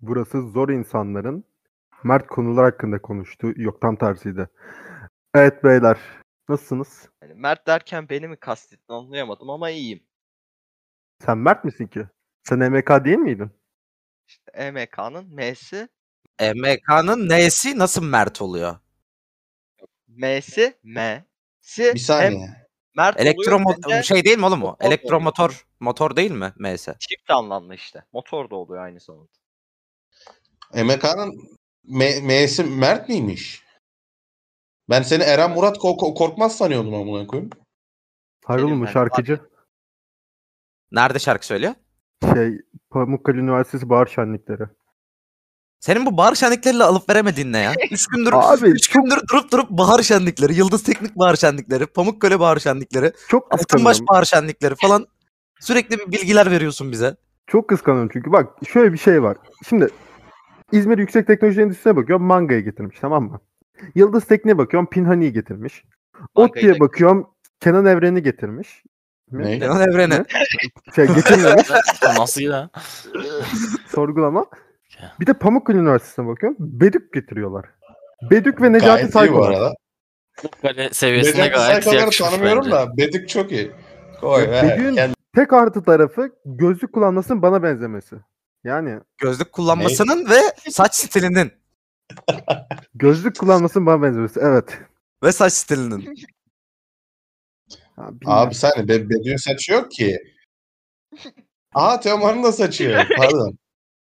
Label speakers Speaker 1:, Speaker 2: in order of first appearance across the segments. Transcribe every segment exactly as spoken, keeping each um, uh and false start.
Speaker 1: Burası zor insanların mert konular hakkında konuştuğu, yok tam tersiydi. Evet beyler, nasılsınız?
Speaker 2: Yani Mert derken beni mi kastettin anlayamadım ama iyiyim.
Speaker 1: Sen mert misin ki? Sen E M K değil miydin?
Speaker 2: İşte E M K'nın M'si,
Speaker 3: E M K'nın N'si nasıl Mert oluyor?
Speaker 2: M'si, M'si
Speaker 4: Bir saniye.
Speaker 2: Mert
Speaker 3: Elektromo
Speaker 2: oluyor. hem de
Speaker 3: şey değil mi oğlum o?
Speaker 2: motor
Speaker 3: Elektromotor motor değil mi M'si?
Speaker 2: çift anlamlı işte. Motor da oluyor aynı zamanda.
Speaker 4: E M K'nın M- M'si Mert miymiş? Ben seni Eren Murat Kork- Korkmaz sanıyordum amına koyayım.
Speaker 1: Hayır oğlum, bu
Speaker 2: Kelimler.
Speaker 1: şarkıcı.
Speaker 3: Nerede şarkı söylüyor?
Speaker 1: Şey, Pamukkale Üniversitesi Bahar Şenlikleri.
Speaker 3: Senin bu bahar şenlikleriyle alıp veremediğin ne ya? Üç gündür,
Speaker 1: Abi,
Speaker 3: üç
Speaker 1: çok-
Speaker 3: gündür durup durup bahar şenlikleri, Yıldız Teknik bahar şenlikleri, Pamukkale bahar şenlikleri,
Speaker 1: Çok
Speaker 3: Altınbaş
Speaker 1: kıskanıyorum.
Speaker 3: bahar şenlikleri falan sürekli bir bilgiler veriyorsun bize.
Speaker 1: Çok kıskanıyorum çünkü bak şöyle bir şey var. Şimdi İzmir Yüksek Teknoloji Endüstrisi'ne bakıyorum, Manga'yı getirmiş, tamam mı? Yıldız Tekniğe bakıyorum, Pinhani'yi getirmiş. ODTÜ'ye
Speaker 2: da-
Speaker 1: bakıyorum, Kenan Evren'i getirmiş. Mi?
Speaker 4: Ne?
Speaker 3: Kenan Evren'i.
Speaker 1: Ne? Şey getirmemiş.
Speaker 5: Nasıl ya?
Speaker 1: Sorgulama. Bir de Pamukkale Üniversitesi'ne bakıyorum. Bedük getiriyorlar. Bedük ve Necati
Speaker 4: Gayet iyi bu
Speaker 1: Saykolar.
Speaker 4: arada.
Speaker 5: Kale seviyesine
Speaker 4: Necati
Speaker 5: gayet
Speaker 4: Saykolar'ı
Speaker 5: yakışmış
Speaker 4: tanımıyorum
Speaker 5: bence.
Speaker 4: da Bedük çok iyi. Koy
Speaker 1: Ya
Speaker 4: ver.
Speaker 1: Bedük'ün
Speaker 4: Kendi-
Speaker 1: tek artı tarafı gözlük kullanmasının bana benzemesi. Yani
Speaker 3: Gözlük kullanmasının ve saç stilinin.
Speaker 1: gözlük kullanmasının bana benzemesi. Evet.
Speaker 3: Ve saç stilinin.
Speaker 1: Ha, bilmiyorum.
Speaker 4: Abi saniye Be Bedük'ün saçı yok ki. Aa Teoman'ın da saçı yok. Pardon.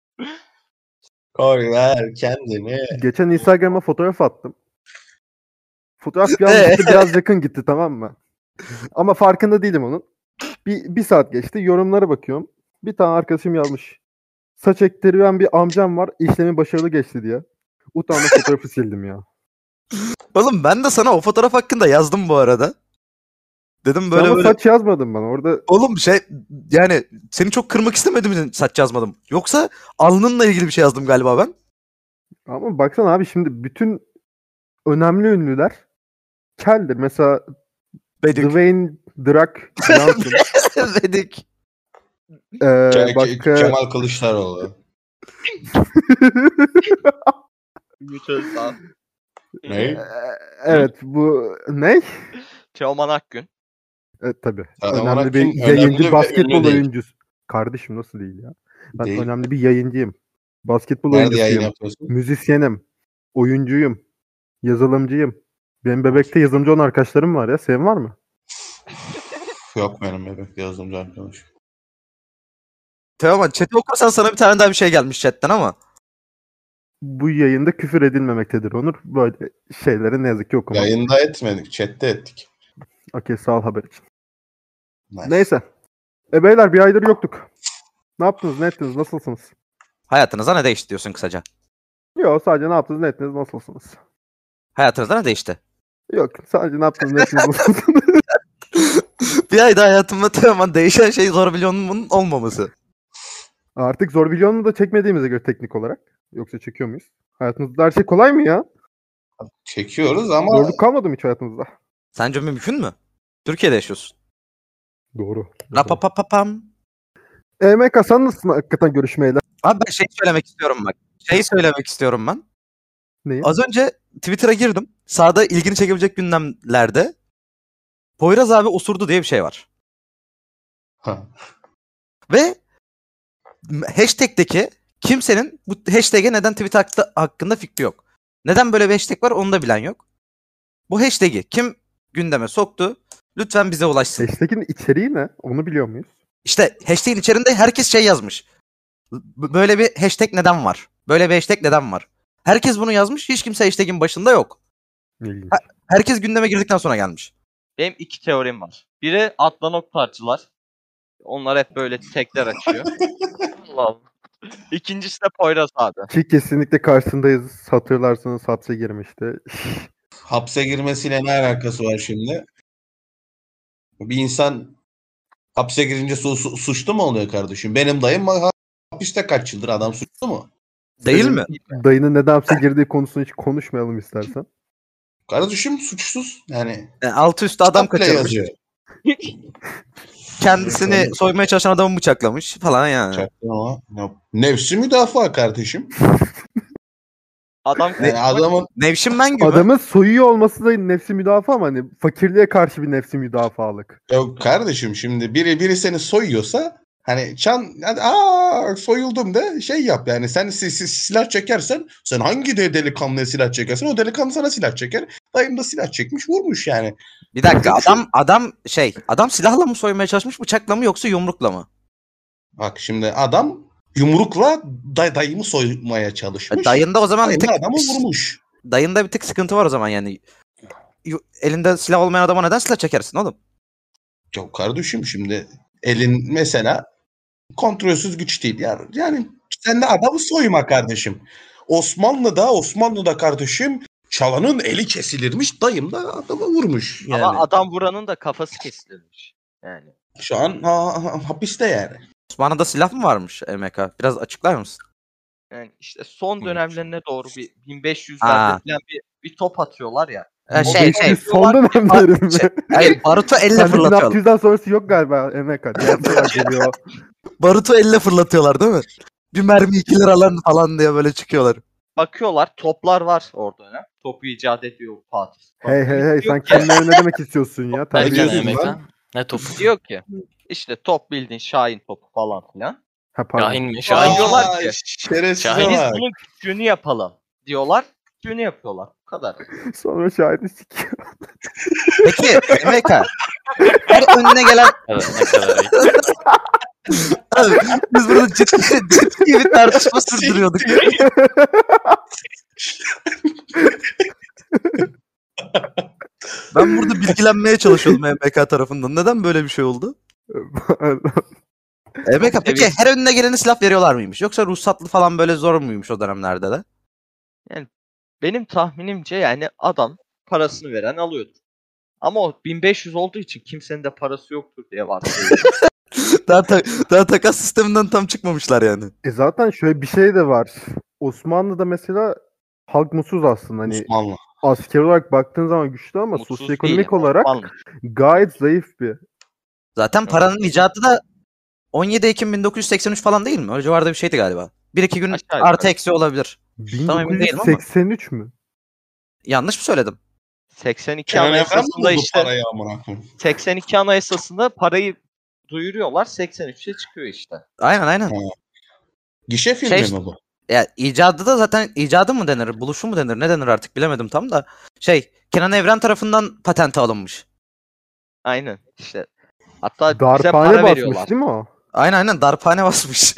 Speaker 4: Koy ver kendini.
Speaker 1: Geçen Instagram'a fotoğraf attım. Fotoğraf bir an
Speaker 3: Ee?
Speaker 1: gitti, biraz yakın gitti, tamam mı? Ama farkında değilim onun. Bir, bir saat geçti. Yorumlara bakıyorum. Bir tane arkadaşım yazmış. Saç ektiren bir amcam var. İşlemi başarılı geçti diye. Utanma fotoğrafı sildim ya.
Speaker 3: Oğlum ben de sana o fotoğraf hakkında yazdım bu arada. Dedim
Speaker 1: Sen
Speaker 3: böyle
Speaker 1: ama
Speaker 3: böyle.
Speaker 1: saç yazmadın bana. Orada
Speaker 3: Oğlum şey yani seni çok kırmak istemedim için saç yazmadım. Yoksa alnınla ilgili bir şey yazdım galiba ben.
Speaker 1: ama baksana abi, şimdi bütün önemli ünlüler keldir. Mesela
Speaker 3: Bedik.
Speaker 1: Dwayne The Rock Johnson.
Speaker 3: Bedik.
Speaker 1: ee,
Speaker 4: Ke- Ke-
Speaker 1: başka...
Speaker 4: Kemal Kılıçdaroğlu.
Speaker 2: Ümit Özdağ,
Speaker 4: Ne?
Speaker 1: Ee, evet, bu ne?
Speaker 2: Teoman Akgün.
Speaker 1: Evet tabii.
Speaker 4: Adam
Speaker 1: Önemli
Speaker 4: olarak
Speaker 1: bir
Speaker 4: kim? Önemli
Speaker 1: yayıncı,
Speaker 4: ve
Speaker 1: basketbol
Speaker 4: ünlü değil.
Speaker 1: oyuncusu. Kardeşim nasıl değil ya? Ben
Speaker 4: Değil.
Speaker 1: önemli bir yayıncıyım. Basketbol
Speaker 4: Nerede yayın
Speaker 1: oyuncusuyum.
Speaker 4: yapıyorsun?
Speaker 1: Müzisyenim. Oyuncuyum. Yazılımcıyım. Benim bebekte yazılımcı olan arkadaşlarım var ya. Senin var mı?
Speaker 4: Yok benim bebek yazılımcı arkadaşım.
Speaker 3: Teoman chat'i okursan sana bir tane daha bir şey gelmiş chatten ama.
Speaker 1: Bu yayında küfür edilmemektedir Onur. Böyle şeyleri ne yazık ki okumam.
Speaker 4: Yayında etmedik. Chatte ettik.
Speaker 1: Okey, sağ ol haber için.
Speaker 4: Nice.
Speaker 1: Neyse. E beyler, bir aydır yoktuk. Ne yaptınız, ne ettiniz, nasılsınız?
Speaker 3: Hayatınızda ne değişti diyorsun kısaca.
Speaker 1: Yok, sadece ne yaptınız, ne ettiniz, nasılsınız?
Speaker 3: Hayatınızda ne değişti?
Speaker 1: Yok, sadece ne yaptınız, ne ettiniz, nasılsınız?
Speaker 3: Bir ayda hayatımda Teoman değişen şey Zor Milyon'un olmaması.
Speaker 1: Artık zor milyonu da çekmediğimize göre teknik olarak. Yoksa çekiyor muyuz? Hayatımızda her şey kolay mı ya?
Speaker 4: Çekiyoruz ama
Speaker 1: Zorluk kalmadı mı hiç hayatımızda?
Speaker 3: Sence mümkün mü? Türkiye'de yaşıyorsun.
Speaker 1: Doğru. doğru.
Speaker 3: Rapapapapam.
Speaker 1: E M K, sen nasılsın hakikaten görüşmeyle?
Speaker 3: Abi ben şey söylemek istiyorum bak. Şeyi söylemek istiyorum ben.
Speaker 1: Neyi?
Speaker 3: Az önce Twitter'a girdim. Sağda ilgini çekebilecek gündemlerde Poyraz abi osurdu diye bir şey var.
Speaker 4: Ha.
Speaker 3: Ve hashtag'teki kimsenin bu hashtag'e neden tweet hakkında, hakkında fikri yok. Neden böyle bir hashtag var onu da bilen yok. Bu hashtag'i kim gündeme soktu? Lütfen bize ulaşsın.
Speaker 1: Hashtag'in içeriği ne? Onu biliyor muyuz?
Speaker 3: İşte hashtag'in içerisinde herkes şey yazmış. B- Böyle bir hashtag neden var? Böyle bir hashtag neden var? Herkes bunu yazmış. Hiç kimse hashtag'in başında yok.
Speaker 1: İlginç.
Speaker 3: Ha- Herkes gündeme girdikten sonra gelmiş.
Speaker 2: Benim iki teorim var. Biri Adnan Oktarcılar. Onlar hep böyle tekler açıyor. Allah'ım. İkincisi de Poyraz abi.
Speaker 1: Ki kesinlikle karşısındayız. Hatırlarsanız hapse girmişti.
Speaker 4: Hapse girmesiyle ne alakası var şimdi? Bir insan hapse girince su, su- suçlu mu oluyor kardeşim? Benim dayım ha- hapiste kaç yıldır, adam suçlu mu?
Speaker 3: Değil
Speaker 1: Senin
Speaker 3: mi?
Speaker 1: Dayının neden hapse girdiği konusunu hiç konuşmayalım istersen.
Speaker 4: Kardeşim suçsuz. Yani
Speaker 3: Yani altı üstü adam
Speaker 4: kitap bile
Speaker 3: kaçırmış.
Speaker 4: yazıyor.
Speaker 3: kendisini soymaya çalışan adamı bıçaklamış falan yani.
Speaker 4: Çaktırma. Ya, nefsi müdafaa kardeşim.
Speaker 2: Adam
Speaker 4: Yani adamın
Speaker 3: Nevşin gibi.
Speaker 1: Adamın soyuyor olması da nefsi müdafaa ama hani fakirliğe karşı bir nefsi müdafalık.
Speaker 4: yok kardeşim şimdi biri biri seni soyuyorsa hani çan hadi, aa soyuldum de şey yap yani sen si- si- silah çekersen sen hangi de delikanlıya silah çekersen o delikanlı sana silah çeker. Dayım da silah çekmiş vurmuş yani.
Speaker 3: Bir dakika adam adam şey adam silahla mı soymaya çalışmış bıçakla mı yoksa yumrukla mı?
Speaker 4: Bak şimdi adam yumrukla day dayımı soymaya çalışmış.
Speaker 3: E, Dayında o zaman bir
Speaker 4: Dayım da
Speaker 3: tık
Speaker 4: adamı vurmuş.
Speaker 3: dayında bir tık sıkıntı var o zaman yani. Yu- Elinde silah olmayan adama neden silah çekersin oğlum?
Speaker 4: Yok kardeşim şimdi elin mesela kontrolsüz güç değil. Yani, yani sen de adamı soyma kardeşim. Osmanlı'da Osmanlı'da kardeşim çalanın eli kesilirmiş. Dayım da adamı vurmuş. Yani.
Speaker 2: ama adam vuranın da kafası kesilmiş. Yani.
Speaker 4: Şu an ha, ha- hapiste yani.
Speaker 3: Osmanlı'da silah mı varmış E M K? Biraz açıklar mısın?
Speaker 2: Yani işte son dönemlerine doğru bir bin beş
Speaker 3: Aa.
Speaker 2: yüzlerde falan bir, bir top atıyorlar ya.
Speaker 3: Ha,
Speaker 2: O
Speaker 3: şey
Speaker 2: beş
Speaker 3: şey.
Speaker 2: yüz
Speaker 1: Son dönemlerim mi?
Speaker 3: şey hayır, Barut'u elle
Speaker 1: Sende bin altı
Speaker 3: fırlatıyorlar.
Speaker 1: yüzden sonrası yok galiba Emeka. Diğer sıra geliyor.
Speaker 3: Barut'u elle fırlatıyorlar değil mi? Bir mermi iki liralar falan diye böyle çıkıyorlar.
Speaker 2: Bakıyorlar toplar var orada ne? Topu icat ediyor Fatih.
Speaker 1: Hey hey hey sen
Speaker 2: Diyor ki-
Speaker 1: kendine ne demek istiyorsun ya?
Speaker 5: Erken
Speaker 1: Terbiyesiz
Speaker 4: Terbiyesiz
Speaker 5: emek
Speaker 1: lan.
Speaker 5: ha. Ne topu?
Speaker 2: Diyor ki işte top bildiğin Şahin topu falan filan.
Speaker 1: Ha pardon.
Speaker 5: Şahin mi?
Speaker 2: Aa,
Speaker 5: Şahin.
Speaker 2: diyorlar ki,
Speaker 4: şerefsize
Speaker 5: Şahin-
Speaker 2: Biz
Speaker 4: bak.
Speaker 2: bunun küçüğünü yapalım diyorlar. Küçüğünü yapıyorlar. Bu kadar.
Speaker 1: Sonra şahidi sikiyor.
Speaker 3: Peki E M K her önüne gelen
Speaker 5: Evet, ne kadar iyi.
Speaker 3: Abi, biz burada ciddi, ciddi bir tartışma sürdürüyorduk. Ben burada bilgilenmeye çalışıyordum E M K tarafından. Neden böyle bir şey oldu? E M K peki
Speaker 2: Evet.
Speaker 3: her önüne gelene silah veriyorlar mıymış? Yoksa ruhsatlı falan böyle zor muymuş o dönemlerde de?
Speaker 2: Benim tahminimce yani adam parasını veren alıyordur. Ama o bin beş yüz olduğu için kimsenin de parası yoktur diye varsayıyorum.
Speaker 3: Daha, ta- daha takas sisteminden tam çıkmamışlar yani.
Speaker 1: E zaten şöyle bir şey de var. Osmanlı'da mesela halk mutsuz aslında. Hani
Speaker 4: Osmanlı.
Speaker 1: asker olarak baktığın zaman güçlü ama
Speaker 2: Mutsuz
Speaker 1: sosyoekonomik
Speaker 2: değil,
Speaker 1: olarak
Speaker 2: Osmanlı.
Speaker 1: gayet zayıf bir.
Speaker 3: Zaten paranın icadı da on yedi Ekim bin dokuz yüz seksen üç falan değil mi? O civarda bir şeydi galiba. Bir iki gün
Speaker 2: Aşağı
Speaker 3: artı
Speaker 2: yukarı.
Speaker 3: eksi olabilir. Tam emin değilim ama.
Speaker 1: bin dokuz yüz seksen üç mü?
Speaker 3: Yanlış mı söyledim?
Speaker 2: seksen iki
Speaker 4: Kenan Evren mi
Speaker 2: anayasasında
Speaker 4: buldu
Speaker 2: işte
Speaker 4: parayı amına koyayım?
Speaker 2: seksen iki anayasasında parayı duyuruyorlar. seksen üçe çıkıyor işte.
Speaker 3: Aynen aynen.
Speaker 4: Gişe filmi
Speaker 3: Şey-
Speaker 4: mi bu?
Speaker 3: Ya icadı da zaten icadı mı denir, buluşu mu denir, ne denir artık bilemedim tam da. Şey, Kenan Evren tarafından patente alınmış.
Speaker 2: Aynen işte. Hatta bize
Speaker 1: Darphane
Speaker 2: para
Speaker 1: basmış
Speaker 2: veriyorlar.
Speaker 1: değil mi o?
Speaker 3: Aynen aynen darphane basmış.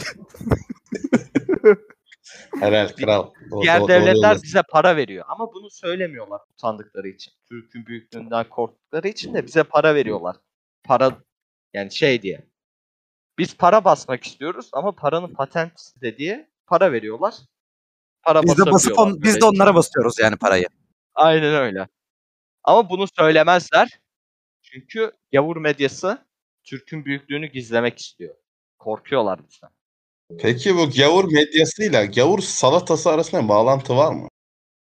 Speaker 4: Helal kral. O-
Speaker 2: Diğer
Speaker 4: o-
Speaker 2: devletler
Speaker 4: doğru yoldasın.
Speaker 2: bize para veriyor. Ama bunu söylemiyorlar utandıkları için. Türk'ün büyüklüğünden korktukları için de bize para veriyorlar. Para yani şey diye. Biz para basmak istiyoruz ama paranın patentisi de diye para veriyorlar. Para
Speaker 3: Biz de basıp
Speaker 2: basabiliyorlar
Speaker 3: on, biz de
Speaker 2: böylece.
Speaker 3: onlara basıyoruz yani parayı.
Speaker 2: Aynen öyle. Ama bunu söylemezler. Çünkü gavur medyası Türk'ün büyüklüğünü gizlemek istiyor. Korkuyorlar bizden.
Speaker 4: Peki bu gavur medyasıyla gavur salatası arasında bir bağlantı var mı?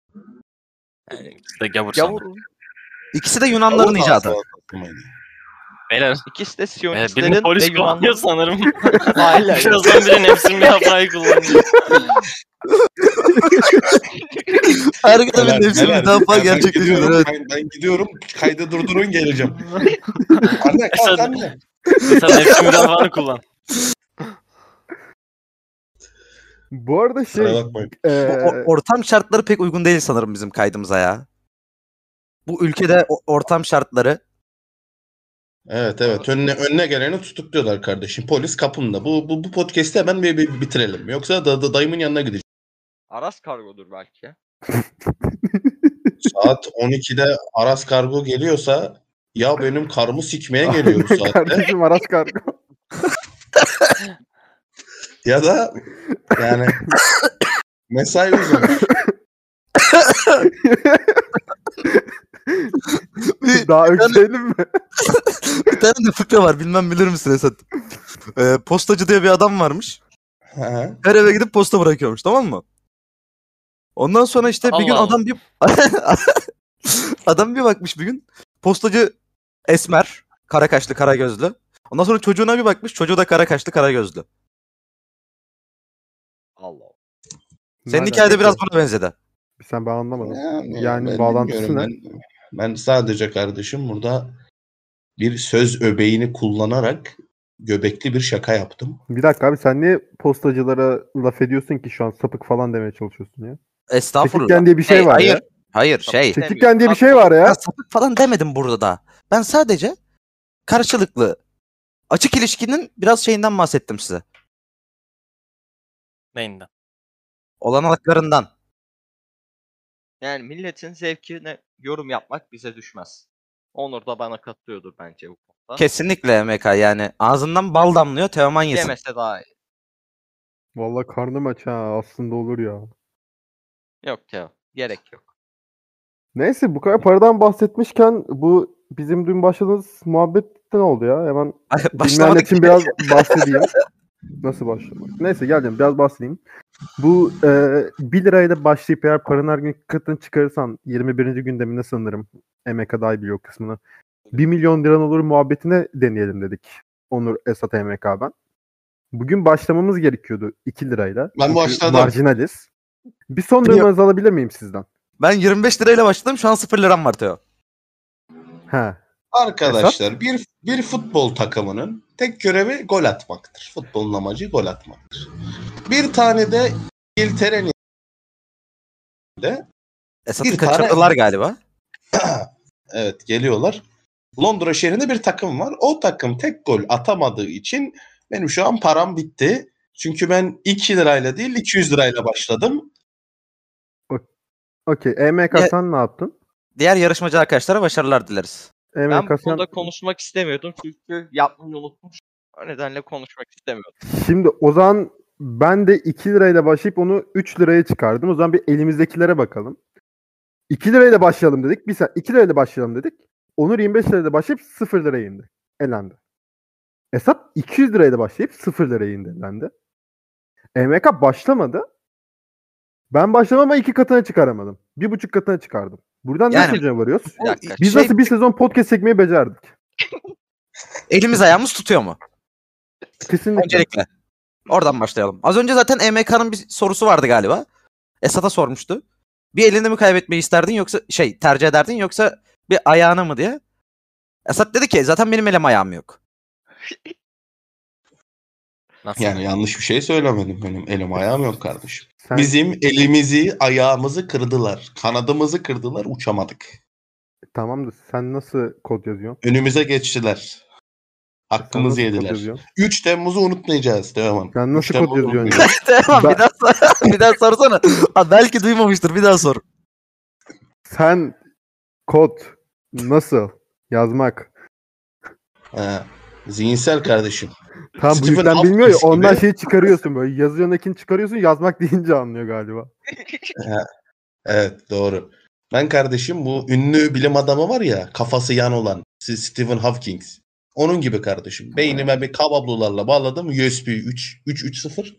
Speaker 5: İşte gavur
Speaker 2: Gavur
Speaker 5: sandım.
Speaker 3: İkisi de Yunanların
Speaker 4: Gavur
Speaker 3: icadı.
Speaker 4: salatası mıydı?
Speaker 5: Beyler.
Speaker 2: İkisi de
Speaker 5: E,
Speaker 2: Siyonistlerin
Speaker 5: birini
Speaker 2: ve
Speaker 5: polis kullanıyor
Speaker 2: Yunanların...
Speaker 5: sanırım.
Speaker 2: Aynen.
Speaker 5: Birazdan biri nefsini yaprağı kullanıyor.
Speaker 3: Her gün
Speaker 4: Helal,
Speaker 3: bir nefsi
Speaker 4: helal.
Speaker 3: müdafaa
Speaker 4: Ben- ben
Speaker 3: gerçekleşiyor.
Speaker 4: gidiyorum,
Speaker 3: Evet.
Speaker 4: Ben, ben gidiyorum. Kaydı durdurun geleceğim. Anne kalk
Speaker 5: Sen-
Speaker 4: anne.
Speaker 5: Sen nefsi müdafaanı kullan.
Speaker 1: Bu arada
Speaker 4: Kusura
Speaker 1: şey
Speaker 4: bakmayın.
Speaker 3: Bu
Speaker 1: eee,
Speaker 3: or- ortam şartları pek uygun değil sanırım bizim kaydımıza ya. Bu ülkede o- ortam şartları.
Speaker 4: Evet evet önüne önüne geleni tutukluyorlar kardeşim. Polis kapında. Bu bu bu podcast'i hemen bir, bir bitirelim. Yoksa da, da dayımın yanına gideceğim.
Speaker 2: Aras kargodur belki.
Speaker 4: Saat on ikide Aras Kargo geliyorsa ya benim karımı sikmeye geliyor bu saatte.
Speaker 1: kardeşim Aras Kargo.
Speaker 4: Ya da yani mesai uzamış.
Speaker 3: Bir,
Speaker 1: Daha ökseyelim mi?
Speaker 3: bir tane de fıkra var bilmem bilir misin Esat? Ee, postacı diye bir adam varmış.
Speaker 4: Hı hı.
Speaker 3: Her eve gidip posta bırakıyormuş tamam mı? Ondan sonra işte bir gün
Speaker 5: Allah Allah.
Speaker 3: adam bir adam bir bakmış bir gün postacı esmer, kara kaşlı, kara gözlü. Ondan sonra çocuğuna bir bakmış. Çocuğu da kara kaşlı, kara gözlü.
Speaker 2: Allah Allah.
Speaker 3: Senin
Speaker 1: Ne
Speaker 3: hikayede biraz
Speaker 1: alakası?
Speaker 3: buna benzedi.
Speaker 1: Sen ben anlamadım.
Speaker 4: Yani,
Speaker 1: Yani
Speaker 4: ben
Speaker 1: bağlantısı
Speaker 4: bilmiyorum.
Speaker 1: ne?
Speaker 4: Ben, ben sadece kardeşim burada bir söz öbeğini kullanarak göbekli bir şaka yaptım.
Speaker 1: Bir dakika abi, sen niye postacılara laf ediyorsun ki şu an, sapık falan demeye çalışıyorsun ya?
Speaker 3: Estağfurullah.
Speaker 1: Çekikken diye bir şey
Speaker 3: Hey,
Speaker 1: var
Speaker 3: hayır.
Speaker 1: ya.
Speaker 3: Hayır şey.
Speaker 2: Demiyorum.
Speaker 1: Çekikken diye bir şey var
Speaker 3: Ben
Speaker 1: ya.
Speaker 3: sapık falan demedim burada da. Ben sadece karşılıklı açık ilişkinin biraz şeyinden bahsettim size.
Speaker 5: Neyinden?
Speaker 3: Olanaklarından.
Speaker 2: Yani milletin zevkine yorum yapmak bize düşmez. Onur da bana katılıyordur bence bu konuda.
Speaker 3: Kesinlikle M K, yani ağzından bal damlıyor, Teoman yesin.
Speaker 2: Demese daha iyi.
Speaker 1: Vallahi karnım aç ha, aslında olur ya.
Speaker 2: Yok Teo. Gerek yok.
Speaker 1: Neyse, bu kadar paradan bahsetmişken bu bizim dün başladığımız muhabbetten oldu ya. Hemen bilmeyenler
Speaker 3: Başlamadık
Speaker 1: için
Speaker 3: ki.
Speaker 1: biraz bahsedeyim. Nasıl başlamak? Neyse geleceğim, biraz bahsedeyim. Bu e, bir lirayla başlayıp eğer paranın her gün iki katını çıkarırsan yirmi birinci gündeminde sanırım. M K daha iyi biliyor o kısmını. bir milyon liran olur muhabbetine deneyelim dedik. Onur, Esat, M K ben. Bugün başlamamız gerekiyordu iki lirayla.
Speaker 4: Ben
Speaker 1: Çünkü
Speaker 4: başladım.
Speaker 1: Marjinaliz. Bir son durmanızı alabilir miyim sizden?
Speaker 3: Ben yirmi beş lirayla başladım, şu an sıfır liram var Teo.
Speaker 1: He.
Speaker 4: Arkadaşlar bir bir futbol takımının tek görevi gol atmaktır. Futbolun amacı gol atmaktır. Bir tane de İngiltere'nin de
Speaker 3: Esat'ı
Speaker 4: Bir tane-
Speaker 3: kaçırdılar galiba.
Speaker 4: evet geliyorlar. Londra şehrinde bir takım var. O takım tek gol atamadığı için benim şu an param bitti. Çünkü ben iki lirayla değil iki yüz lirayla başladım.
Speaker 1: Okey. E M K
Speaker 3: Ya-
Speaker 1: sen ne yaptın?
Speaker 3: Diğer yarışmacı arkadaşlara başarılar dileriz.
Speaker 1: E M
Speaker 2: Ben
Speaker 1: K
Speaker 2: bu
Speaker 1: sen...
Speaker 2: konuda konuşmak istemiyordum çünkü yapmayı unutmuş. O nedenle konuşmak istemiyordum.
Speaker 1: Şimdi o zaman ben de iki lirayla başlayıp onu üç liraya çıkardım. O zaman bir elimizdekilere bakalım. iki lirayla başlayalım dedik. Bir sen iki lirayla başlayalım dedik. Onur yirmi beş lirayla başlayıp sıfır liraya indi. Elendi. Esat iki yüz lirayla başlayıp sıfır liraya indi. Elendi. E M K başlamadı. Ben başladım ama iki katına çıkaramadım. Bir buçuk katına çıkardım. Buradan
Speaker 3: Yani-
Speaker 1: nasıl sonuca varıyoruz?
Speaker 2: Bir dakika.
Speaker 1: Biz
Speaker 3: Şey-
Speaker 1: nasıl bir sezon podcast çekmeyi becerdik?
Speaker 3: Elimiz ayağımız tutuyor mu?
Speaker 1: Kesinlikle.
Speaker 3: Öncelikle. Oradan başlayalım. Az önce zaten E M K'nın bir sorusu vardı galiba. Esat'a sormuştu. Bir elini mi kaybetmeyi isterdin yoksa şey tercih ederdin yoksa bir ayağını mı diye. Esat dedi ki zaten benim elim ayağım yok.
Speaker 5: Nasıl?
Speaker 4: Yani yanlış bir şey söylemedim. Benim elim ayağım yok kardeşim.
Speaker 1: Sen-
Speaker 4: Bizim elimizi ayağımızı kırdılar. Kanadımızı kırdılar, uçamadık.
Speaker 1: Tamam da sen nasıl kod yazıyorsun?
Speaker 4: Önümüze geçtiler.
Speaker 1: Sen
Speaker 4: Hakkımızı
Speaker 1: nasıl kod
Speaker 4: yediler.
Speaker 1: yazıyorsun?
Speaker 4: üç Temmuz'u unutmayacağız. Devam.
Speaker 1: Sen nasıl
Speaker 4: üç
Speaker 1: kod
Speaker 4: Temmuz'u
Speaker 1: yazıyorsun
Speaker 4: unutmayacağız.
Speaker 3: Tamam
Speaker 1: Ben-
Speaker 3: bir daha sor- bir daha sorsana. Ha, belki duymamıştır, bir daha sor.
Speaker 1: Sen kod nasıl yazmak?
Speaker 4: He. Zihinsel kardeşim.
Speaker 1: Tam bu
Speaker 4: Stephen
Speaker 1: yüzden
Speaker 4: Hopkins
Speaker 1: bilmiyor ya,
Speaker 4: gibi.
Speaker 1: ondan şeyi çıkarıyorsun böyle. Yazıyorsun ekini çıkarıyorsun, yazmak deyince anlıyor galiba.
Speaker 4: Evet doğru. Ben kardeşim bu ünlü bilim adamı var ya kafası yan olan S- Stephen Hopkins. Onun gibi kardeşim. Beynime bir kablolarla bağladım. U S B üç üç üç sıfır.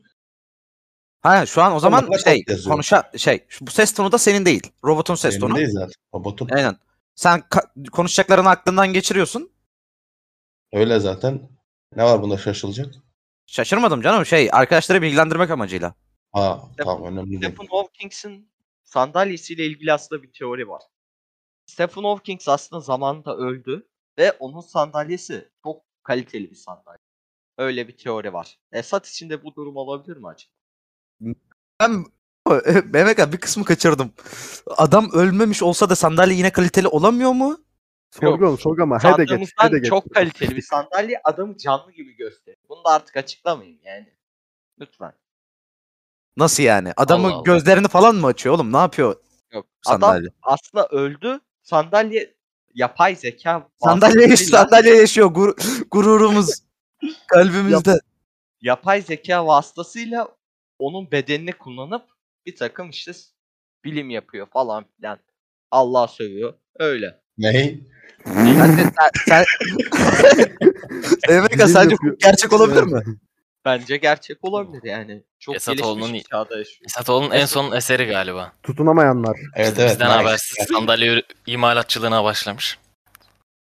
Speaker 3: Ha şu an o zaman
Speaker 4: Onlarla
Speaker 3: şey
Speaker 4: kod yazıyorum.
Speaker 3: konuşa şey bu ses tonu da senin değil. Robotun ses
Speaker 4: Benim
Speaker 3: tonu.
Speaker 4: değil zaten. Robotun.
Speaker 3: Aynen. Sen ka- konuşacaklarını aklından geçiriyorsun.
Speaker 4: Öyle zaten. Ne var bunda şaşılacak?
Speaker 3: Şaşırmadım canım, şey arkadaşları bilgilendirmek amacıyla.
Speaker 4: Ha tamam önemli değil.
Speaker 2: Stephen Hawking'in sandalyesiyle ilgili aslında bir teori var. Stephen Hawking aslında zamanında öldü ve onun sandalyesi çok kaliteli bir sandalye. Öyle bir teori var. Esat için de bu durum olabilir mi acaba?
Speaker 3: Ben Mehmet abi bir kısmı kaçırdım. Adam ölmemiş olsa da sandalye yine kaliteli olamıyor mu?
Speaker 1: Sorgulama sorgulama. He de geç. He de
Speaker 2: Sandığımızdan
Speaker 1: geç.
Speaker 2: çok kaliteli bir sandalye adamı canlı gibi gösteriyor. Bunu da artık açıklamayın yani. Lütfen.
Speaker 3: Nasıl yani? Adamı
Speaker 5: Allah Allah.
Speaker 3: gözlerini falan mı açıyor oğlum? Ne yapıyor
Speaker 2: Yok.
Speaker 3: sandalye?
Speaker 2: Adam aslında öldü. Sandalye yapay zeka
Speaker 3: Sandalye,
Speaker 2: vasıtasıyla-
Speaker 3: sandalye yaşıyor. Gur- gururumuz kalbimizde.
Speaker 2: yapay zeka vasıtasıyla onun bedenini kullanıp bir takım işte bilim yapıyor falan filan. Allah sövüyor. Öyle.
Speaker 4: Ne?
Speaker 3: Sen, sen, sen... Mehmet abi,
Speaker 1: Bilim
Speaker 3: sence
Speaker 1: yapıyor.
Speaker 3: bu gerçek olabilir mi?
Speaker 2: Bence gerçek olabilir yani. Çok
Speaker 5: Esatoğlu'nun
Speaker 2: gelişmiş bir çağda yaşıyor.
Speaker 5: Esatoğlu'nun en son eseri galiba.
Speaker 1: Tutunamayanlar.
Speaker 4: Evet evet.
Speaker 5: Bizden
Speaker 4: nice.
Speaker 5: habersiz sandalye imalatçılığına başlamış.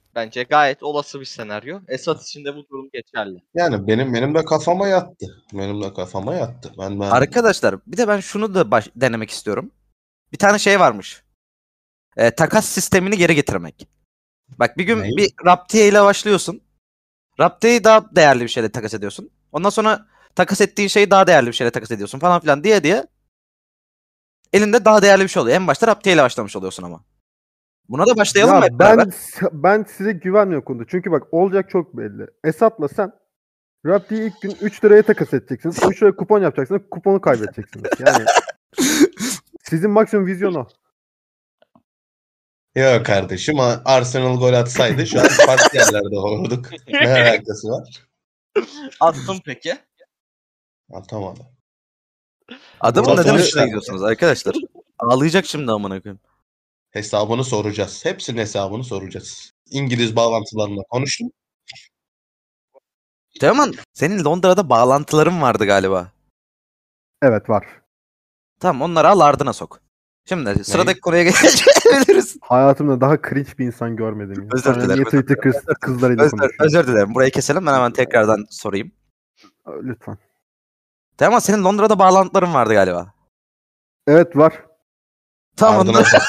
Speaker 2: Bence gayet olası bir senaryo. Esat için de bu durum geçerli.
Speaker 4: Yani benim benim de kafama yattı. Benim de kafama yattı. Ben ben
Speaker 3: Arkadaşlar bir de ben şunu da baş- denemek istiyorum. Bir tane şey varmış. Ee, takas sistemini geri getirmek. Bak bir gün
Speaker 4: Neyi?
Speaker 3: bir Raptiye ile başlıyorsun. Raptiye'yi daha değerli bir şeyle takas ediyorsun. Ondan sonra takas ettiğin şeyi daha değerli bir şeyle takas ediyorsun falan filan diye diye elinde daha değerli bir şey oluyor. En başta Raptiye ile başlamış oluyorsun ama. Buna da başlayalım mı
Speaker 1: Ya
Speaker 3: hep beraber?
Speaker 1: ben ben size güvenmiyorum konuda. Çünkü bak olacak çok belli. Esat'la sen Rapti'yi ilk gün üç liraya takas edeceksiniz. üç liraya kupon yapacaksınız. Kuponu kaybedeceksiniz. Yani sizin maksimum vizyon o.
Speaker 4: Yok kardeşim, A- Arsenal gol atsaydı şu an farklı yerlerde olurduk. Ne alakası var?
Speaker 2: Attım peki.
Speaker 4: Atamadım.
Speaker 3: Adamın
Speaker 4: Burada
Speaker 3: neden
Speaker 4: sonuç
Speaker 3: hoşuna
Speaker 4: ne?
Speaker 3: gidiyorsunuz arkadaşlar? Ağlayacak şimdi amına koyayım.
Speaker 4: Hesabını soracağız. Hepsinin hesabını soracağız. İngiliz bağlantılarla konuştum.
Speaker 3: Teoman senin Londra'da bağlantıların vardı galiba.
Speaker 1: Evet var.
Speaker 3: Tamam onları al ardına sok. Şimdi sıradaki konuya geçebiliriz.
Speaker 1: Hayatımda daha cringe bir insan görmedim. Ya.
Speaker 3: Özür
Speaker 1: Sonra
Speaker 3: dilerim,
Speaker 1: niye
Speaker 3: özür
Speaker 1: Twitter kız, kızlarıyla
Speaker 3: Özür,
Speaker 1: konuşuyor?
Speaker 3: özür dilerim. Burayı keselim. Ben hemen tekrardan sorayım.
Speaker 1: Lütfen.
Speaker 3: Teoman senin Londra'da bağlantıların vardı galiba.
Speaker 1: Evet var.
Speaker 3: Tamam
Speaker 4: Ardına
Speaker 3: onları...
Speaker 4: sok.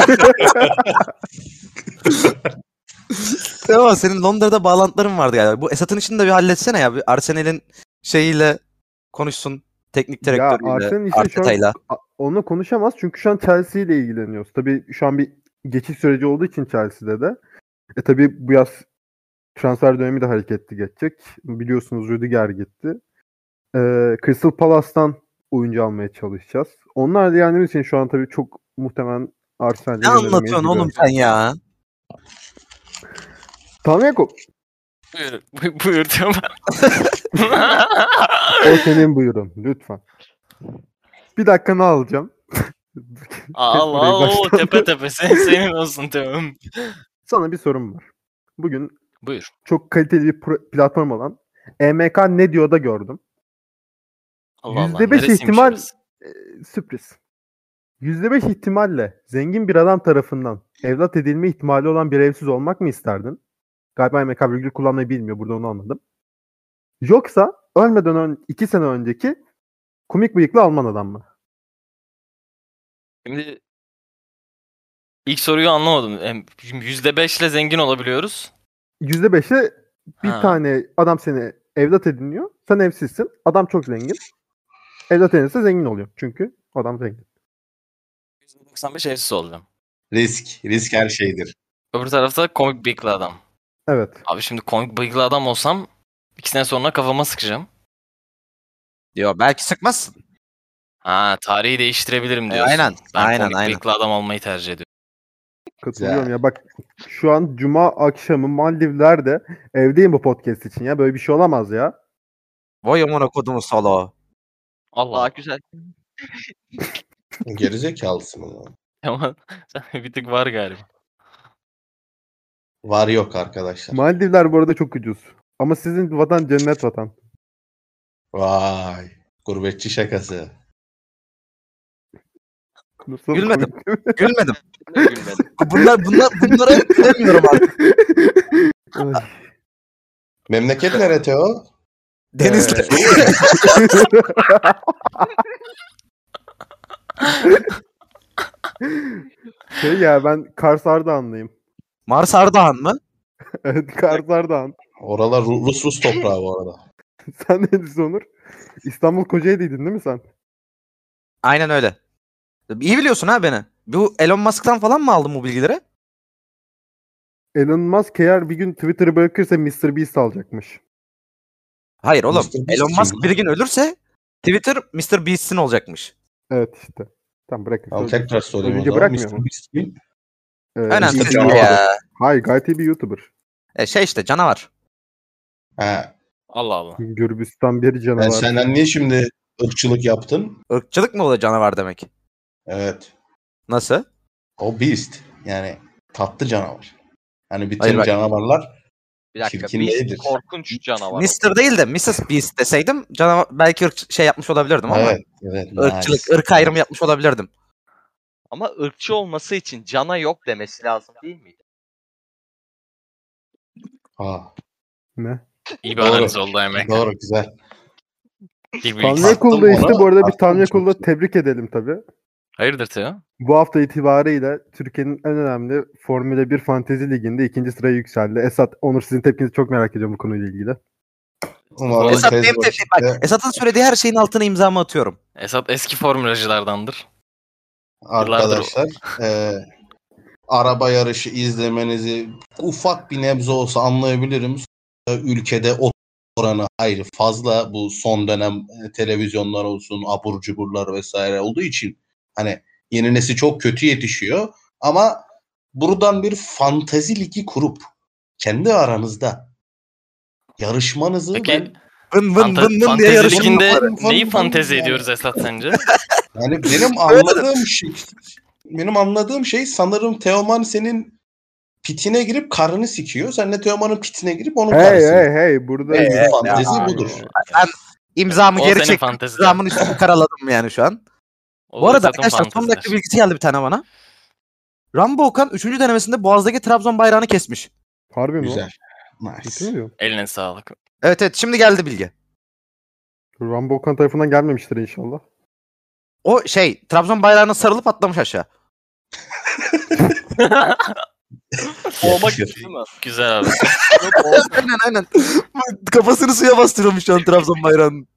Speaker 3: Teoman senin Londra'da bağlantıların vardı galiba. Bu Esat'ın işini de bir halletsene ya. Bir Arsenal'in şeyiyle konuşsun. Teknik
Speaker 1: Ya
Speaker 3: direktörüyle,
Speaker 1: Arsenal'in işte şu an
Speaker 3: Arteta'yla.
Speaker 1: a- onunla konuşamaz çünkü şu an Chelsea ile ilgileniyoruz. Tabii şu an bir geçiş süreci olduğu için Chelsea'de de. E tabii bu yaz transfer dönemi de hareketli geçecek. Biliyorsunuz Rüdiger gitti. E, Crystal Palace'tan oyuncu almaya çalışacağız. Onlar da yani için şu an tabii çok muhtemelen Arsenal'e
Speaker 3: Ne
Speaker 1: yönelemeyiz
Speaker 3: anlatıyorsun
Speaker 1: gibi.
Speaker 3: oğlum sen ya?
Speaker 1: Tamam Yakup.
Speaker 5: Buyur, bu- buyur Teoman.
Speaker 1: O senin buyurun lütfen. Bir dakikanı alacağım.
Speaker 5: Al
Speaker 1: Burayı
Speaker 5: al o
Speaker 1: baştan-
Speaker 5: tepe tepe sen, senin olsun Teoman.
Speaker 1: Sana bir sorum var. Bugün
Speaker 5: Buyur.
Speaker 1: çok kaliteli bir pro- platform olan E M K ne diyor da gördüm.
Speaker 5: Allah Allah.
Speaker 1: yüzde beş
Speaker 5: Neresiymiş
Speaker 1: ihtimal
Speaker 5: orası?
Speaker 1: e, sürpriz. yüzde beş ihtimalle zengin bir adam tarafından evlat edilme ihtimali olan bir evsiz olmak mı isterdin? Galiba E M K virgül kullanmayı bilmiyor. Burada onu anladım. Yoksa ölmeden ön, iki sene önceki komik bıyıklı Alman adam mı?
Speaker 5: Şimdi ilk soruyu anlamadım. Em, Şimdi yüzde beşle zengin olabiliyoruz.
Speaker 1: yüzde beşe bir
Speaker 5: Ha.
Speaker 1: tane adam seni evlat ediniyor. Sen evsizsin. Adam çok zengin. Evlat edinirse zengin oluyor. Çünkü adam zengin.
Speaker 5: yüzde doksan beş evsiz olacağım.
Speaker 4: Risk. Risk her şeydir.
Speaker 5: Öbür tarafta komik bıyıklı adam.
Speaker 1: Evet.
Speaker 5: Abi şimdi komik bıyıklı adam olsam iki sene sonra kafama sıkacağım.
Speaker 3: Diyor belki sıkmazsın.
Speaker 5: Ha tarihi değiştirebilirim
Speaker 3: E,
Speaker 5: diyorsun.
Speaker 3: aynen,
Speaker 5: Ben
Speaker 3: aynen,
Speaker 5: komik
Speaker 3: aynen.
Speaker 5: bıyıklı adam olmayı tercih ediyorum.
Speaker 1: Katılıyorum
Speaker 4: Güzel.
Speaker 1: ya. Bak şu an Cuma akşamı Maldivler'de evdeyim bu podcast için ya. Böyle bir şey olamaz ya.
Speaker 3: Vay amına kodumu solo.
Speaker 5: Allah.
Speaker 2: Daha güzel.
Speaker 4: Gerizekalısın o zaman.
Speaker 5: Ama sen bir tık var galiba.
Speaker 4: Var yok arkadaşlar.
Speaker 1: Maldivler bu arada çok ucuz. Ama sizin vatan cennet vatan.
Speaker 4: Vay. Gurbetçi şakası.
Speaker 1: Nasıl
Speaker 3: Gülmedim.
Speaker 1: komik değil mi?
Speaker 3: Gülmedim.
Speaker 2: Gülmedim.
Speaker 3: Bunlar bunlar bunlara gülemiyorum artık.
Speaker 1: Ay.
Speaker 4: Memleket nere Teo?
Speaker 3: Denizli.
Speaker 1: Şey ya ben Kars Ardahanlıyım.
Speaker 3: Mars Ardahan mı?
Speaker 1: Evet Kars Ardahan.
Speaker 4: Oralar Ru- Rus Rus toprağı bu arada.
Speaker 1: Sen neresi Onur? İstanbul Kocaeli'ydin değil mi sen?
Speaker 3: Aynen öyle. İyi biliyorsun ha beni. Bu Elon Musk'tan falan mı aldın bu bilgileri?
Speaker 1: Elon Musk eğer bir gün Twitter'ı bırakırsa mister Beast alacakmış.
Speaker 3: Hayır oğlum.
Speaker 4: mister Beast
Speaker 3: Elon Musk
Speaker 4: kim
Speaker 3: bir
Speaker 4: lan?
Speaker 3: gün ölürse Twitter mister Beast'in olacakmış.
Speaker 1: Evet işte. Tamam bırakın.
Speaker 4: Tamam tekrar sorayım o
Speaker 1: Ölünce
Speaker 4: zaman.
Speaker 1: bırakmıyor
Speaker 4: mister
Speaker 1: mu?
Speaker 4: Beast kim?
Speaker 1: Ee,
Speaker 3: Önemsiz
Speaker 4: mister
Speaker 3: değil
Speaker 4: Canavar.
Speaker 3: ya.
Speaker 1: Hayır gayet iyi bir YouTuber.
Speaker 3: E, şey işte canavar.
Speaker 4: Ha.
Speaker 5: Allah Allah.
Speaker 1: Gürbüstan bir
Speaker 4: Ben
Speaker 1: canavar.
Speaker 4: senden niye şimdi ırkçılık yaptın?
Speaker 3: Irkçılık mı o da canavar demek?
Speaker 4: Evet.
Speaker 3: Nasıl?
Speaker 4: O Beast. Yani tatlı canavar. Hani bütün
Speaker 3: Hayır bak-
Speaker 4: canavarlar
Speaker 2: Bir dakika.
Speaker 4: Çirkin
Speaker 2: Beast
Speaker 4: değildir.
Speaker 2: korkunç canavar.
Speaker 3: mister değil de missus Beast deseydim canavar belki ırk şey yapmış olabilirdim ama
Speaker 4: evet, evet.
Speaker 3: ırkçılık,
Speaker 4: nice.
Speaker 3: ırk ayrımı yapmış olabilirdim.
Speaker 2: Ama ırkçı olması için cana yok demesi lazım değil miydi?
Speaker 4: Ha,
Speaker 1: Ne?
Speaker 5: İyi bir
Speaker 4: Doğru.
Speaker 5: analiz oldu Emek.
Speaker 4: doğru güzel.
Speaker 5: İyi bir
Speaker 1: Tanrı
Speaker 5: bilgi.
Speaker 1: Kul'da
Speaker 4: Attım
Speaker 1: işte
Speaker 4: ona,
Speaker 1: bu arada bir
Speaker 4: attım
Speaker 1: Tanrı
Speaker 4: çok
Speaker 1: Kul'da
Speaker 4: güzel.
Speaker 1: tebrik edelim tabii.
Speaker 5: Hayırdır Teo?
Speaker 1: Bu hafta itibariyle Türkiye'nin en önemli Formula bir Fantezi Ligi'nde ikinci sıraya yükseldi. Esat, Onur, sizin tepkinizi çok merak ediyorum bu konuyla ilgili.
Speaker 4: Umarım
Speaker 5: Esat
Speaker 3: Esat
Speaker 4: tez
Speaker 3: benim de,
Speaker 4: vakitte-
Speaker 3: bak Esat'ın söylediği her şeyin altına imzamı atıyorum.
Speaker 5: Esat eski formülacılardandır.
Speaker 4: Arkadaşlar e, araba yarışı izlemenizi ufak bir nebze olsa anlayabilirim. Ülkede o oranı hayli fazla, bu son dönem e, televizyonlar olsun, abur cuburlar vesaire olduğu için hani yeni nesil çok kötü yetişiyor, ama buradan bir fantezi ligi kurup kendi aranızda yarışmanızı
Speaker 5: Peki
Speaker 4: ben
Speaker 3: Vın vın
Speaker 5: fanta-
Speaker 3: vın vın diye
Speaker 5: fantezi
Speaker 3: yarışın.
Speaker 5: liginde
Speaker 4: Vın vın
Speaker 5: neyi
Speaker 4: vın
Speaker 5: fantezi
Speaker 4: yani.
Speaker 5: ediyoruz Esat sence?
Speaker 4: yani benim anladığım şey benim anladığım şey sanırım Teoman senin pitine girip karını sikiyor. Sen de Teoman'ın pitine girip onun
Speaker 1: Hey
Speaker 4: karısını.
Speaker 1: hey hey burada
Speaker 4: En büyük
Speaker 3: Hey,
Speaker 4: fantezi
Speaker 3: ya.
Speaker 4: budur.
Speaker 3: Ben imzamı
Speaker 5: O
Speaker 3: geri
Speaker 5: senin
Speaker 3: çektim.
Speaker 5: fanteziler.
Speaker 3: İmzamın üstünü karaladım yani şu an.
Speaker 5: O
Speaker 3: Bu arada
Speaker 5: Esat'ın
Speaker 3: arkadaşlar son
Speaker 5: fanteziler.
Speaker 3: dakika bilgisi geldi bir tane bana. Rambo Okan üçüncü denemesinde Boğaz'daki Trabzon bayrağını kesmiş.
Speaker 1: harbi mi
Speaker 4: Güzel.
Speaker 1: o? Ciddi
Speaker 4: Nice.
Speaker 1: mi diyorsun?
Speaker 5: Eline sağlık.
Speaker 3: Evet evet şimdi geldi bilgi.
Speaker 1: Rambo Okan tarafından gelmemiştir inşallah.
Speaker 3: O şey Trabzon bayrağına sarılıp atlamış aşağı.
Speaker 2: Olmak değil mi?
Speaker 5: Güzel abi.
Speaker 3: aynen aynen. Kafasını suya bastırıyormuş şu an Trabzon bayrağının.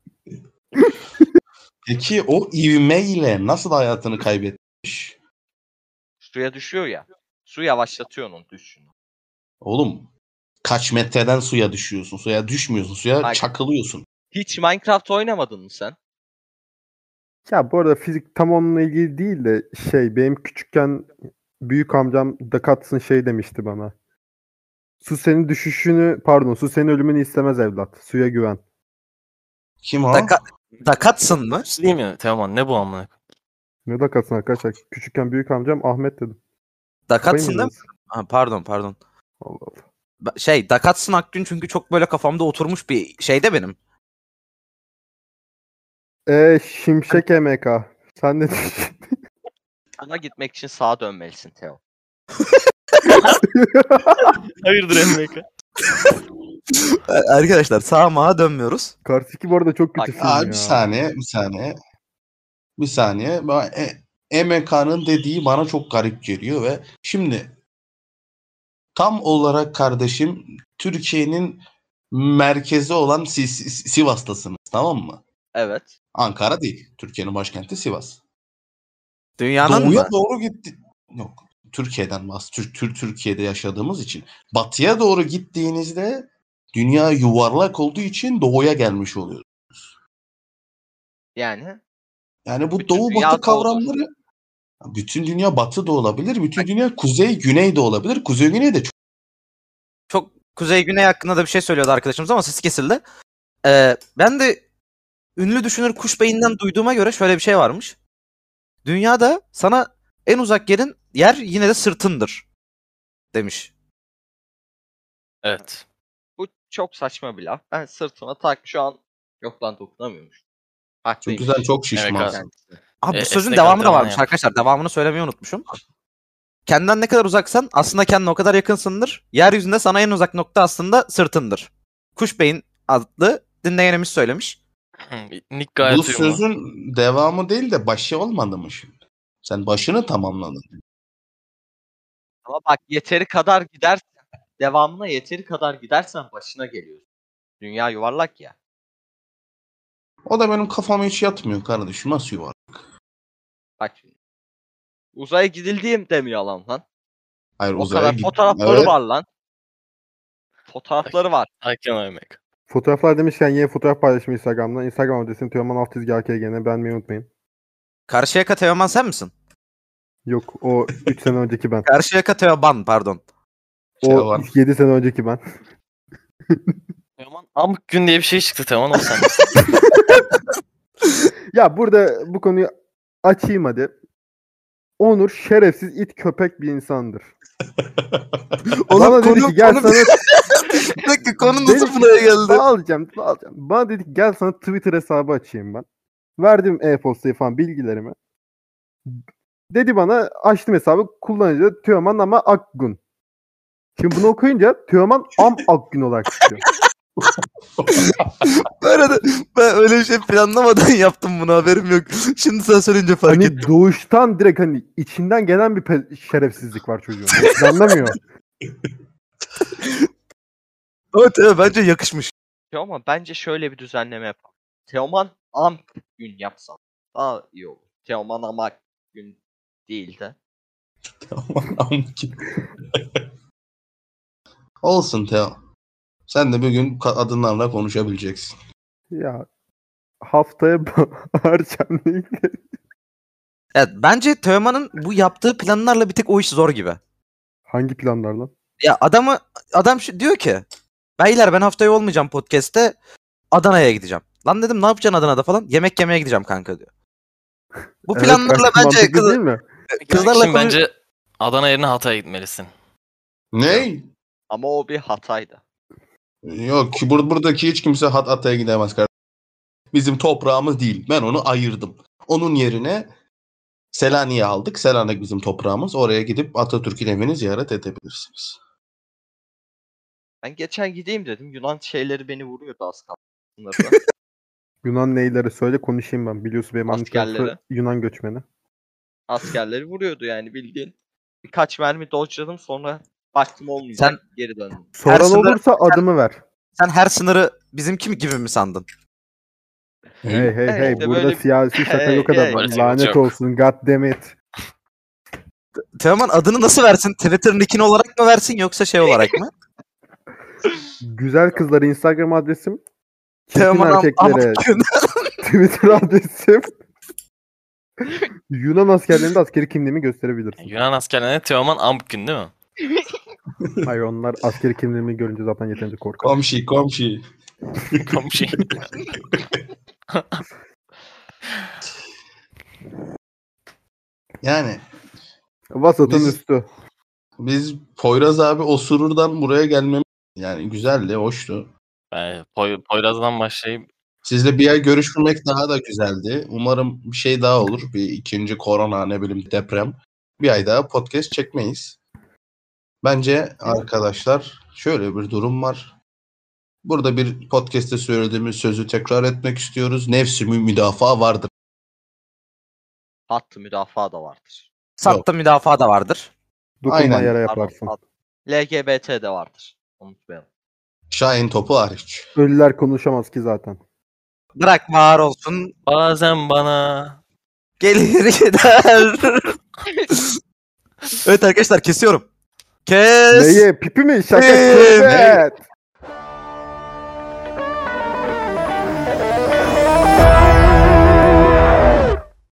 Speaker 4: Peki o ivmeyle nasıl hayatını kaybetmiş?
Speaker 2: Suya düşüyor ya. Su yavaşlatıyor onun düşüşünü.
Speaker 4: Oğlum kaç metreden suya düşüyorsun? Suya düşmüyorsun. Suya
Speaker 2: Bak.
Speaker 4: çakılıyorsun.
Speaker 2: Hiç Minecraft oynamadın mı sen?
Speaker 1: Ya bu arada fizik tam onunla ilgili değil de şey, benim küçükken büyük amcam Dakatsın şey demişti bana. Su senin düşüşünü pardon su senin ölümünü istemez evlat. Suya güven.
Speaker 4: Kim o?
Speaker 3: Daka, Dakatsın mı?
Speaker 5: Değil mi Teoman? Ne bu amına?
Speaker 1: Ne Dakatsın arkadaşlar? Küçükken büyük amcam Ahmet dedim.
Speaker 3: Dakatsın değil mi?
Speaker 1: Koymayınız.
Speaker 3: Ha, pardon pardon.
Speaker 1: Allah Allah.
Speaker 3: Ba- Şey Dakatsın Akgün çünkü çok böyle kafamda oturmuş bir şey de benim.
Speaker 1: Eee Şimşek M K. Sen ne diyorsun?
Speaker 2: Ona gitmek için sağa dönmelisin Teo.
Speaker 5: Hayırdır Emek?
Speaker 3: Arkadaşlar sağa mağa dönmüyoruz.
Speaker 1: Cars iki bu arada çok kötü
Speaker 2: Bak,
Speaker 1: film
Speaker 4: Aa,
Speaker 1: ya.
Speaker 4: bir saniye, bir saniye. Bir saniye. Ben- E, E M K'nın dediği bana çok garip geliyor ve şimdi tam olarak kardeşim Türkiye'nin merkezi olan Si- Si- Sivas'tasınız, tamam mı?
Speaker 2: Evet.
Speaker 4: Ankara değil. Türkiye'nin başkenti Sivas.
Speaker 3: Dünyanın
Speaker 4: Doğuya
Speaker 3: mı?
Speaker 4: doğru gitti. Yok. Türkiye'den bahsediyorum. Tür- Tür- Türkiye'de yaşadığımız için. Batıya doğru gittiğinizde dünya yuvarlak olduğu için doğuya gelmiş oluyor.
Speaker 2: Yani
Speaker 4: Yani bu
Speaker 2: Bütün
Speaker 4: doğu
Speaker 2: dünya
Speaker 4: batı
Speaker 2: doğudur.
Speaker 4: kavramları, bütün dünya batı da olabilir. Bütün dünya kuzey güney de olabilir. Kuzey güney de çok.
Speaker 3: Çok Kuzey Güney hakkında da bir şey söylüyordu arkadaşımız ama ses kesildi. Ee, ben de ünlü düşünür Kuş Bey'inden duyduğuma göre şöyle bir şey varmış. Dünyada sana en uzak yerin yer yine de sırtındır demiş.
Speaker 5: Evet.
Speaker 2: bu çok saçma bir laf. Ben sırtıma tak şu an yok lan dokunamıyormuş.
Speaker 4: Çünkü
Speaker 2: Haklıymış.
Speaker 4: sen çok
Speaker 5: Evet,
Speaker 4: şişmansın.
Speaker 2: Kendisi.
Speaker 3: Abi
Speaker 5: E,
Speaker 3: bu sözün
Speaker 5: esnek
Speaker 3: devamı da
Speaker 5: antrenman
Speaker 3: varmış
Speaker 5: yapmış.
Speaker 3: arkadaşlar. Devamını söylemeyi unutmuşum. Kendinden ne kadar uzaksan aslında kendine o kadar yakınsındır. Yeryüzünde sana en uzak nokta aslında sırtındır. Kuş Bey'in adlı dinleyenimiz söylemiş.
Speaker 5: Nick gayet
Speaker 4: Bu
Speaker 5: uyumlu.
Speaker 4: sözün devamı değil de başı olmadı mı şimdi? Sen başını tamamladın.
Speaker 2: Ama bak yeteri kadar gidersen devamına yeteri kadar gidersen başına geliyorsun. Dünya yuvarlak ya.
Speaker 4: O da benim kafama hiç yatmıyor kardeşim. Nasıl yuvarlak?
Speaker 2: Bak şimdi. Uzaya gidildiğim de mi yalan lan?
Speaker 4: Hayır,
Speaker 2: O
Speaker 4: uzaya
Speaker 2: kadar
Speaker 4: git-
Speaker 2: fotoğrafları
Speaker 4: Evet.
Speaker 2: var lan. Fotoğrafları var.
Speaker 5: Sakin ol Emek.
Speaker 1: Fotoğraflar demişken yeni fotoğraf paylaşımı Instagram'dan. Instagram adresim Teoman alt çizgi A K G'ne beğenmeyi unutmayın.
Speaker 3: Karşıyaka Teoman sen misin?
Speaker 1: Yok o üç sene önceki ben.
Speaker 3: Karşıyaka Teoban pardon.
Speaker 1: O
Speaker 4: Teoman.
Speaker 1: yedi sene önceki ben.
Speaker 5: Teoman amık gün diye bir şey çıktı Teoman o sen.
Speaker 1: Ya burada bu konuyu açayım hadi. Onur şerefsiz it köpek bir insandır. Bana dedi ki gel sana
Speaker 3: Bir dakika konu
Speaker 1: Dedi
Speaker 3: nasıl
Speaker 1: ki,
Speaker 3: buraya geldi?
Speaker 1: Bağlayacağım, bağlayacağım. Bana dedi ki gel sana Twitter hesabı açayım ben. Verdim e-postayı falan bilgilerimi. Dedi bana açtım hesabı kullanıcı Teoman ama Akgun. Şimdi bunu okuyunca Teoman Am Akgün olarak çıkıyor.
Speaker 3: Ben, ben öyle bir şey planlamadan yaptım bunu, haberim yok. Şimdi sen söyleyince fark ettim.
Speaker 1: Hani doğuştan direkt hani içinden gelen bir pe- şerefsizlik var çocuğun. Hiç anlamıyor.
Speaker 3: Evet, evet, bence yakışmış.
Speaker 2: Teoman bence şöyle bir düzenleme yapalım. Teoman Am gün yapsam daha iyi olur. Teoman Amak gün değil de.
Speaker 4: Olsun Teo. Sen de bugün ka- adınlarla konuşabileceksin.
Speaker 1: Ya haftaya harcam değil.
Speaker 3: Evet, bence Teoman'ın bu yaptığı planlarla bir tek o iş zor gibi.
Speaker 1: Hangi planlar lan?
Speaker 3: Ya adamı adam şu, diyor ki beyler ben haftaya olmayacağım podcast'te, Adana'ya gideceğim. Lan dedim ne yapacaksın Adana'da falan? Yemek yemeye gideceğim kanka diyor. Bu
Speaker 1: Evet,
Speaker 3: planlarla
Speaker 1: gayet
Speaker 3: bence
Speaker 1: mantıklı
Speaker 3: kız,
Speaker 1: değil mi?
Speaker 3: kızlarla
Speaker 5: Şimdi
Speaker 3: konu-
Speaker 5: bence Adana yerine Hatay'a gitmelisin.
Speaker 4: Ne?
Speaker 2: Ama o bir hataydı.
Speaker 4: Yok ki bur- buradaki hiç kimse Hat Ata'ya gidemez kardeşim. Bizim toprağımız değil. Ben onu ayırdım. Onun yerine Selanik'i aldık. Selanik bizim toprağımız. Oraya gidip Atatürk'ün evini ziyaret edebilirsiniz.
Speaker 2: Ben geçen gideyim dedim. Yunan şeyleri beni vuruyordu az kalsın sınırda.
Speaker 1: Yunan neyleri söyle konuşayım ben. Biliyorsun benim annem tarafı
Speaker 2: Askerleri.
Speaker 1: Yunan göçmeni.
Speaker 2: Askerleri vuruyordu yani bildiğin. Birkaç mermi dodge'ladım sonra baktım olmayacak geri döndüm.
Speaker 1: Soran
Speaker 3: Her sınır-
Speaker 1: olursa adımı ver.
Speaker 3: sen her sınırı bizim kim gibi mi sandın?
Speaker 1: Hey hey hey.
Speaker 2: Evet,
Speaker 1: Burada
Speaker 2: böyle-
Speaker 1: siyasi şaka
Speaker 2: Hey,
Speaker 1: yok
Speaker 2: hey.
Speaker 1: adamlar.
Speaker 5: Böyle
Speaker 1: Lanet
Speaker 5: yok.
Speaker 1: olsun. God damn it.
Speaker 3: Teoman adını nasıl versin? Twitter nickini olarak mı versin yoksa şey olarak mı?
Speaker 1: Güzel kızlar Instagram adresim. Çirkin
Speaker 3: Teoman Am-
Speaker 1: erkeklere
Speaker 3: Amakgün.
Speaker 1: Twitter adresim. Yunan askerlerinde askeri kimliğimi gösterebilirsin.
Speaker 5: Yunan askerlerine Teoman Amkün değil mi?
Speaker 1: Hayır onlar askeri kimliğimi görünce zaten yeterince korkar.
Speaker 4: Komşi komşi.
Speaker 5: Komşu.
Speaker 4: Yani
Speaker 1: Vasatın
Speaker 4: Biz-
Speaker 1: üstü.
Speaker 4: biz Poyraz abi osururdan buraya gelmemiz yani güzeldi, hoştu.
Speaker 5: Yani Poy- Poyraz'dan başlayıp
Speaker 4: Sizle bir ay görüşmemek daha da güzeldi. Umarım bir şey daha olur. Bir ikinci korona ne bileyim deprem. Bir ay daha podcast çekmeyiz. Bence arkadaşlar şöyle bir durum var. Burada bir podcast'te söylediğimiz sözü tekrar etmek istiyoruz. Nefsi müdafaa vardır.
Speaker 2: Hattı müdafaa da vardır.
Speaker 3: Sattı müdafaa da vardır.
Speaker 1: Dokunma
Speaker 4: Aynen.
Speaker 1: yere
Speaker 2: Pardon,
Speaker 1: yaparsın.
Speaker 2: hat- L G B T de vardır. Unutmayalım.
Speaker 4: Şahin topu hariç.
Speaker 1: Ölüler konuşamaz ki zaten.
Speaker 3: Bırak var olsun.
Speaker 5: bazen bana
Speaker 3: Gelir gider. Evet arkadaşlar kesiyorum. Kes.
Speaker 1: Neye? Pipi mi? Şaka.
Speaker 3: Ee,
Speaker 1: Evet.